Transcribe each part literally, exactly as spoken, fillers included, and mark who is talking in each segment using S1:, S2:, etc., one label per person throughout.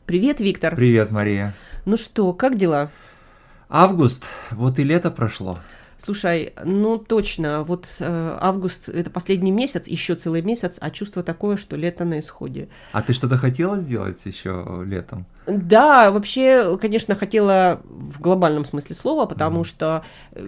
S1: Привет, Виктор.
S2: Привет, Мария.
S1: Ну что, как дела?
S2: Август, вот и лето прошло.
S1: Слушай, ну точно, вот э, август – это последний месяц, еще целый месяц, а чувство такое, что лето на исходе.
S2: А ты что-то хотела сделать еще летом?
S1: Да, вообще, конечно, хотела в глобальном смысле слова, потому mm-hmm. что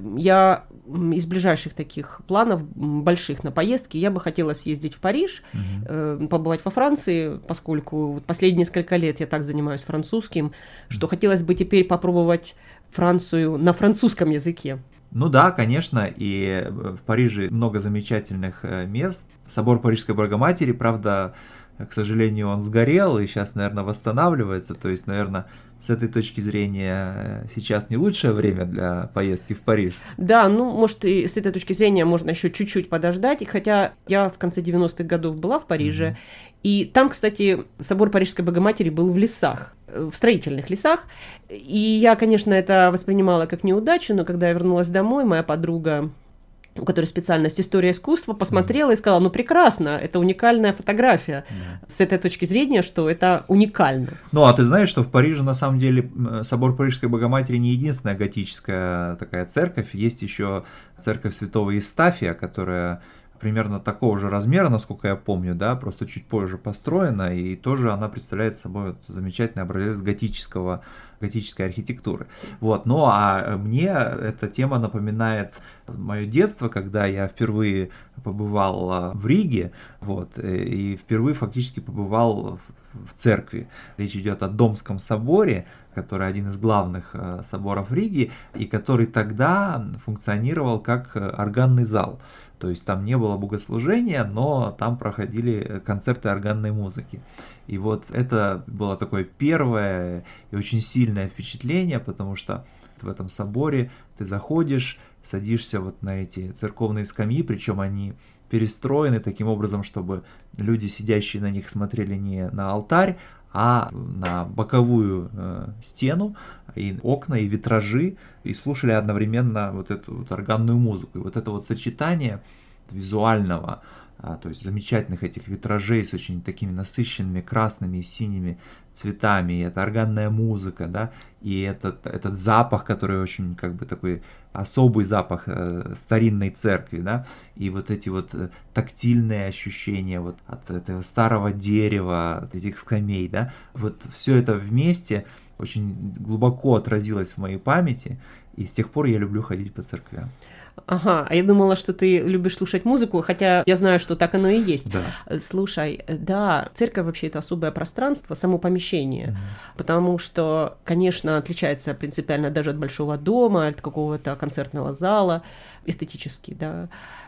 S1: я из ближайших таких планов, больших на поездки, я бы хотела съездить в Париж, mm-hmm. э, побывать во Франции, поскольку последние несколько лет я так занимаюсь французским, mm-hmm. что хотелось бы теперь попробовать Францию на французском языке.
S2: Ну да, конечно, и в Париже много замечательных мест. Собор Парижской Богоматери, правда, к сожалению, он сгорел и сейчас, наверное, восстанавливается. То есть, наверное, с этой точки зрения сейчас не лучшее время для поездки в Париж.
S1: Да, ну, может, и с этой точки зрения можно еще чуть-чуть подождать. Хотя я в конце девяностых годов была в Париже, mm-hmm. и там, кстати, собор Парижской Богоматери был в лесах, в строительных лесах. И я, конечно, это воспринимала как неудачу, но когда я вернулась домой, моя подруга, у которой специальность история искусства, посмотрела mm-hmm. и сказала: ну прекрасно, это уникальная фотография. Mm-hmm. С этой точки зрения, что это уникально.
S2: Ну, а ты знаешь, что в Париже, на самом деле, собор Парижской Богоматери не единственная готическая такая церковь. Есть еще церковь Святого Евстафия, которая примерно такого же размера, насколько я помню, да, просто чуть позже построена, и тоже она представляет собой вот замечательный образец готического, готической архитектуры. Вот, ну а мне эта тема напоминает мое детство, когда я впервые побывал в Риге, вот, и впервые фактически побывал в церкви. Речь идет о Домском соборе, который один из главных соборов Риги, и который тогда функционировал как органный зал. То есть там не было богослужения, но там проходили концерты органной музыки. И вот это было такое первое и очень сильное впечатление, потому что в этом соборе ты заходишь, садишься вот на эти церковные скамьи, причем они перестроены таким образом, чтобы люди, сидящие на них, смотрели не на алтарь, а на боковую э, стену, и окна, и витражи, и слушали одновременно вот эту вот органную музыку. И вот это вот сочетание визуального, а, то есть замечательных этих витражей с очень такими насыщенными красными и синими цветами, и это органная музыка, да, и этот, этот запах, который очень как бы такой особый запах э, старинной церкви, да, и вот эти вот э, тактильные ощущения вот от этого старого дерева, от этих скамей, да, вот все это вместе очень глубоко отразилось в моей памяти, и с тех пор я люблю ходить по церквям.
S1: Ага, а я думала, что ты любишь слушать музыку, хотя я знаю, что так оно и есть.
S2: Да.
S1: Слушай, да, церковь вообще это особое пространство, само помещение, mm-hmm. потому что, конечно, отличается принципиально даже от большого дома, от какого-то концертного зала, эстетически, да.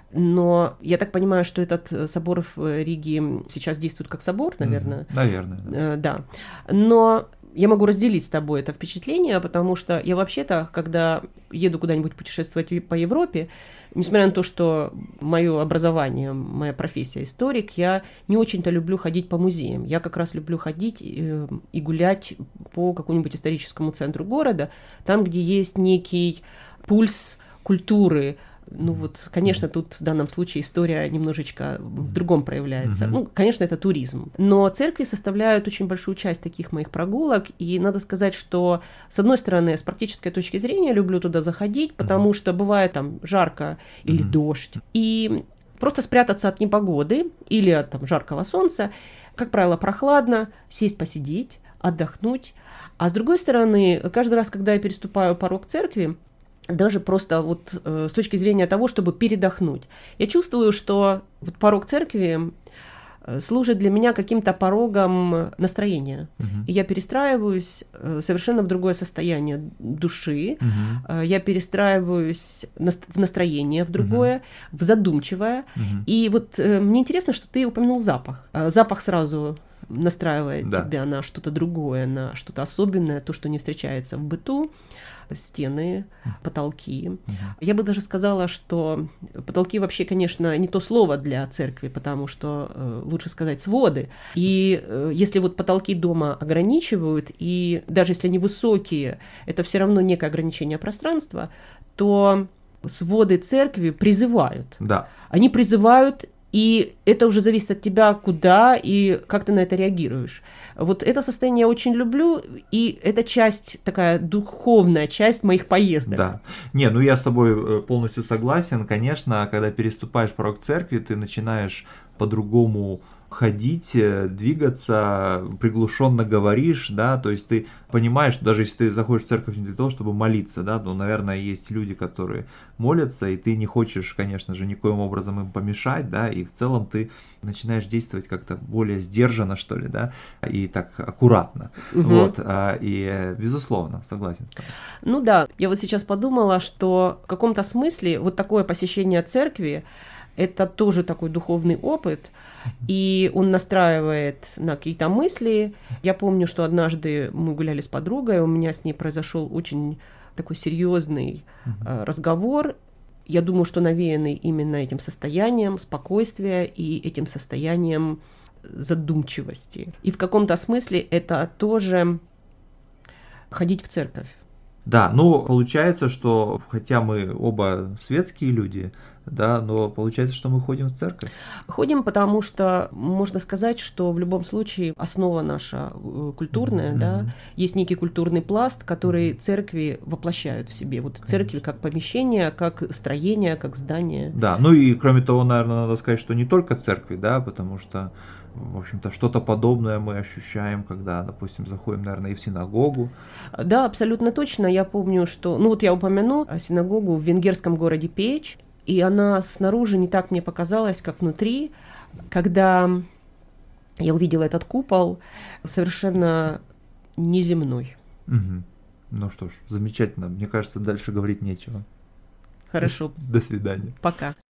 S1: Но я так понимаю, что этот собор в Риге сейчас действует как собор, наверное.
S2: Mm-hmm. Наверное, да.
S1: Да. Но я могу разделить с тобой это впечатление, потому что я вообще-то, когда еду куда-нибудь путешествовать по Европе, несмотря на то, что мое образование, моя профессия историк, я не очень-то люблю ходить по музеям. Я как раз люблю ходить и гулять по какому-нибудь историческому центру города, там, где есть некий пульс культуры. Ну вот, конечно, тут в данном случае история немножечко в другом проявляется. Mm-hmm. Ну, конечно, это туризм. Но церкви составляют очень большую часть таких моих прогулок, и надо сказать, что, с одной стороны, с практической точки зрения люблю туда заходить, потому mm-hmm. что бывает там жарко или mm-hmm. дождь, и просто спрятаться от непогоды или от там жаркого солнца, как правило, прохладно, сесть посидеть, отдохнуть. А с другой стороны, каждый раз, когда я переступаю порог церкви, даже просто вот э, с точки зрения того, чтобы передохнуть. Я чувствую, что вот порог церкви э, служит для меня каким-то порогом настроения. Uh-huh. И я перестраиваюсь э, совершенно в другое состояние души. Uh-huh. Э, я перестраиваюсь на, в настроение, в другое, uh-huh. в задумчивое. Uh-huh. И вот э, мне интересно, что ты упомянул запах. Э, запах сразу настраивает да. тебя на что-то другое, на что-то особенное, то, что не встречается в быту. Стены, потолки. Uh-huh. Я бы даже сказала, что потолки вообще, конечно, не то слово для церкви, потому что э, лучше сказать своды. И э, если вот потолки дома ограничивают, и даже если они высокие, это все равно некое ограничение пространства, то своды церкви призывают.
S2: Да.
S1: Они призывают И это уже зависит от тебя, куда и как ты на это реагируешь. Вот это состояние я очень люблю, и это часть, такая духовная часть моих поездок.
S2: Да. Не, ну я с тобой полностью согласен. Конечно, когда переступаешь порог церкви, ты начинаешь по-другому ходить, двигаться, приглушенно говоришь, да, то есть ты понимаешь, что даже если ты заходишь в церковь не для того, чтобы молиться, да, то, наверное, есть люди, которые молятся, и ты не хочешь, конечно же, никоим образом им помешать, да, и в целом ты начинаешь действовать как-то более сдержанно, что ли, да, и так аккуратно, угу. Вот, и, безусловно, согласен с тобой.
S1: Ну да, я вот сейчас подумала, что в каком-то смысле вот такое посещение церкви, это тоже такой духовный опыт, и он настраивает на какие-то мысли. Я помню, что однажды мы гуляли с подругой, у меня с ней произошел очень такой серьезный uh-huh. разговор. Я думаю, что навеянный именно этим состоянием спокойствия и этим состоянием задумчивости. И в каком-то смысле это тоже ходить в церковь.
S2: Да, ну получается, что хотя мы оба светские люди, да, но получается, что мы ходим в церковь.
S1: Ходим, потому что можно сказать, что в любом случае основа наша культурная, mm-hmm. да, есть некий культурный пласт, который церкви воплощают в себе. Вот церкви как помещение, как строение, как здание.
S2: Да, ну и кроме того, наверное, надо сказать, что не только церкви, да, потому что в общем-то, что-то подобное мы ощущаем, когда, допустим, заходим, наверное, и в синагогу.
S1: Да, абсолютно точно. Я помню, что... Ну, вот я упомяну синагогу в венгерском городе Печ, и она снаружи не так мне показалась, как внутри. Когда я увидела этот купол, совершенно неземной.
S2: Угу. Ну что ж, замечательно. Мне кажется, дальше говорить нечего.
S1: Хорошо.
S2: До свидания.
S1: Пока.